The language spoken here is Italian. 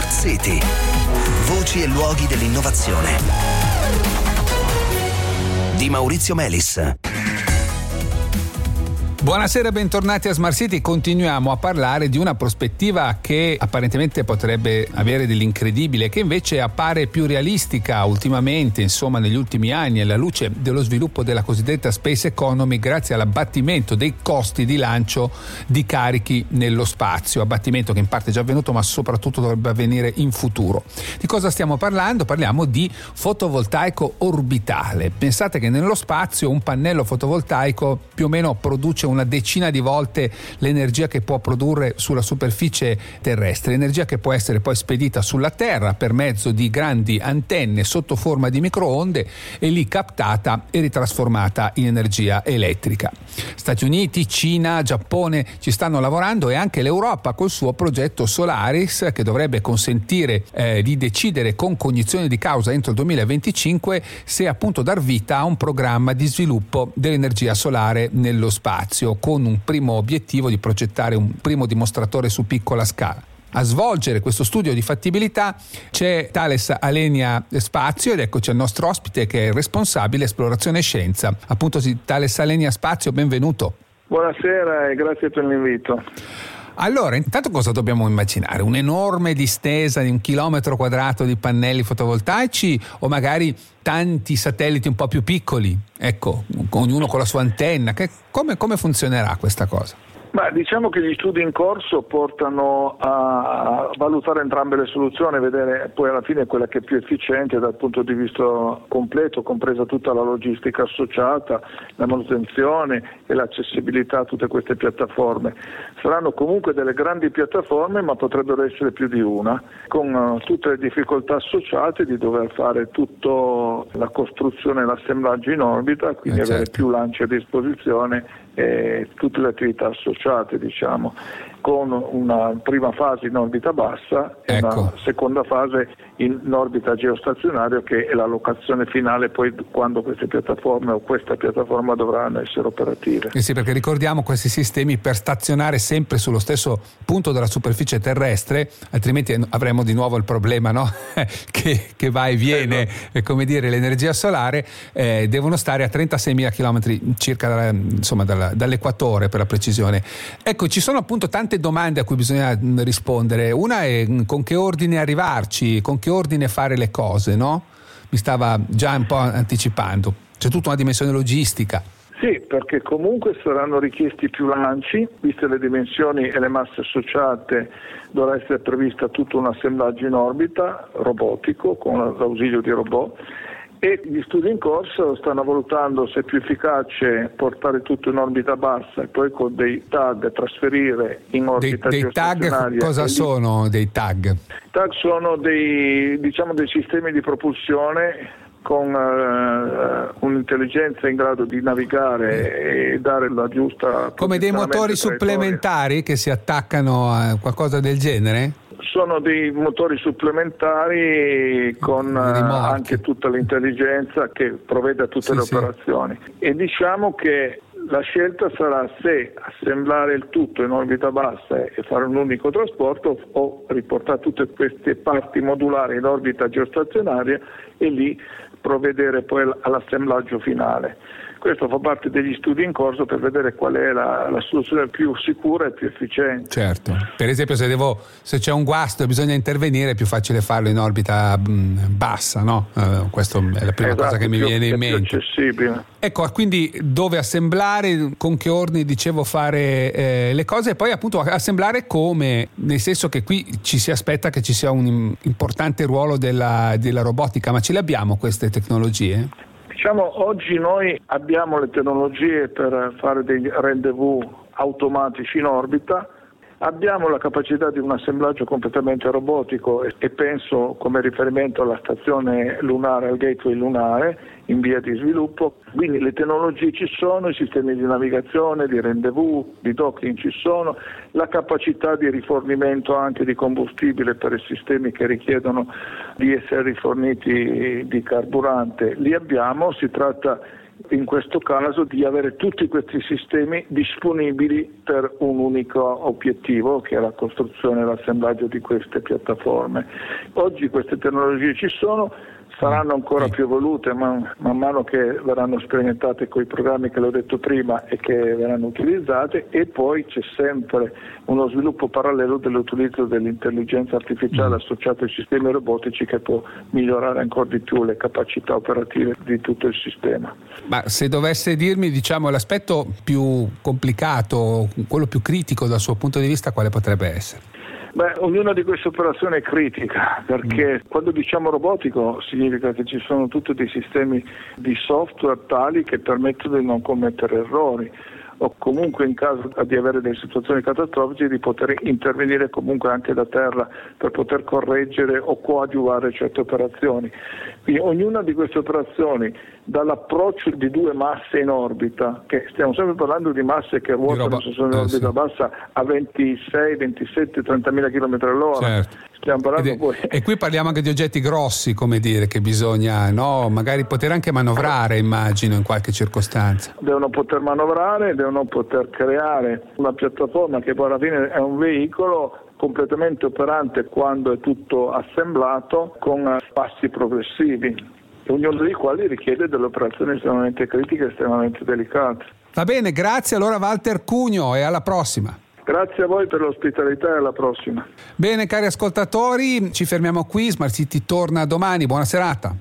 Smart City. Voci e luoghi dell'innovazione. Di Maurizio Melis. Buonasera, bentornati a Smart City. Continuiamo a parlare di una prospettiva che apparentemente potrebbe avere dell'incredibile, che invece appare più realistica ultimamente, insomma negli ultimi anni, alla luce dello sviluppo della cosiddetta space economy, grazie all'abbattimento dei costi di lancio di carichi nello spazio, abbattimento che in parte è già avvenuto ma soprattutto dovrebbe avvenire in futuro. Di cosa stiamo parlando? Parliamo di fotovoltaico orbitale. Pensate che nello spazio un pannello fotovoltaico più o meno produce una decina di volte l'energia che può produrre sulla superficie terrestre, energia che può essere poi spedita sulla Terra per mezzo di grandi antenne sotto forma di microonde e lì captata e ritrasformata in energia elettrica. Stati Uniti, Cina, Giappone ci stanno lavorando, e anche l'Europa col suo progetto Solaris, che dovrebbe consentire di decidere con cognizione di causa entro il 2025 se appunto dar vita a un programma di sviluppo dell'energia solare nello spazio, con un primo obiettivo di progettare un primo dimostratore su piccola scala. A svolgere questo studio di fattibilità c'è Thales Alenia Spazio, ed eccoci al nostro ospite che è il responsabile esplorazione e scienza. Appunto sì, Thales Alenia Spazio, benvenuto. Buonasera e grazie per l'invito. Allora, intanto cosa dobbiamo immaginare? Un'enorme distesa di 1 chilometro quadrato di pannelli fotovoltaici, o magari tanti satelliti un po' più piccoli? Ecco, ognuno con la sua antenna. Come funzionerà questa cosa? Ma diciamo che gli studi in corso portano a valutare entrambe le soluzioni, vedere poi alla fine quella che è più efficiente dal punto di vista completo, compresa tutta la logistica associata, la manutenzione e l'accessibilità a tutte queste piattaforme. Saranno comunque delle grandi piattaforme, ma potrebbero essere più di una, con tutte le difficoltà associate di dover fare tutta la costruzione e l'assemblaggio in orbita, quindi avere più lanci a disposizione e tutte le attività associate, diciamo, con una prima fase in orbita bassa e una seconda fase in orbita geostazionaria, che è la locazione finale poi quando queste piattaforme o questa piattaforma dovranno essere operative. Sì, perché ricordiamo questi sistemi per stazionare sempre sullo stesso punto della superficie terrestre, altrimenti avremo di nuovo il problema, no? che va e viene, come dire, l'energia solare, devono stare a 36.000 km circa dall'equatore, per la precisione. Ecco, ci sono appunto tante domande a cui bisogna rispondere. Una è con che ordine arrivarci, con che ordine fare le cose, no? Mi stava già un po' anticipando. C'è tutta una dimensione logistica. Sì, perché comunque saranno richiesti più lanci, viste le dimensioni e le masse associate. Dovrà essere prevista tutto un assemblaggio in orbita robotico con l'ausilio di robot, e gli studi in corso stanno valutando se è più efficace portare tutto in orbita bassa e poi con dei tag trasferire in orbita geostazionaria. Dei tag cosa sono dei tag? I tag sono dei sistemi di propulsione con un'intelligenza in grado di navigare e dare la giusta... Come dei motori supplementari che si attaccano a qualcosa del genere? Sono dei motori supplementari con anche tutta l'intelligenza che provvede a tutte le operazioni. E diciamo che la scelta sarà se assemblare il tutto in orbita bassa e fare un unico trasporto, o riportare tutte queste parti modulari in orbita geostazionaria e lì provvedere poi all'assemblaggio finale. Questo fa parte degli studi in corso per vedere qual è la soluzione più sicura e più efficiente. Certo, per esempio se c'è un guasto e bisogna intervenire è più facile farlo in orbita bassa, no? Questa è la prima cosa che mi viene in mente. Più accessibile. Ecco, quindi dove assemblare, con che ordini dicevo fare le cose, e poi appunto assemblare come, nel senso che qui ci si aspetta che ci sia un importante ruolo della robotica, ma ce le abbiamo queste tecnologie? Diciamo, oggi noi abbiamo le tecnologie per fare dei rendezvous automatici in orbita, abbiamo la capacità di un assemblaggio completamente robotico e penso come riferimento alla stazione lunare, al gateway lunare, in via di sviluppo. Quindi le tecnologie ci sono, i sistemi di navigazione, di rendezvous, di docking ci sono, la capacità di rifornimento anche di combustibile per i sistemi che richiedono di essere riforniti di carburante li abbiamo. Si tratta in questo caso di avere tutti questi sistemi disponibili per un unico obiettivo, che è la costruzione e l'assemblaggio di queste piattaforme. Oggi queste tecnologie ci sono, saranno ancora più evolute man mano che verranno sperimentate con i programmi che l'ho detto prima e che verranno utilizzate, e poi c'è sempre uno sviluppo parallelo dell'utilizzo dell'intelligenza artificiale associata ai sistemi robotici, che può migliorare ancora di più le capacità operative di tutto il sistema. Ma se dovesse dirmi, l'aspetto più complicato, quello più critico dal suo punto di vista, quale potrebbe essere? Ognuna di queste operazioni è critica, perché quando diciamo robotico significa che ci sono tutti dei sistemi di software tali che permettono di non commettere errori, o comunque in caso di avere delle situazioni catastrofiche di poter intervenire comunque anche da terra per poter correggere o coadiuvare certe operazioni. Quindi ognuna di queste operazioni, dall'approccio di due masse in orbita, che stiamo sempre parlando di masse che ruotano se sono in orbita bassa a 26, 27, 30.000 km all'ora. Certo. Stiamo parlando poi. E qui parliamo anche di oggetti grossi, come dire, che bisogna magari poter anche manovrare, immagino, in qualche circostanza. Devono poter manovrare, devono poter creare una piattaforma che poi alla fine è un veicolo completamente operante quando è tutto assemblato, con passi progressivi, ognuno dei quali richiede delle operazioni estremamente critiche e estremamente delicate. Va bene, grazie allora Walter Cugno e alla prossima. Grazie a voi per l'ospitalità e alla prossima. Bene, cari ascoltatori, ci fermiamo qui, Smart City torna domani, buona serata.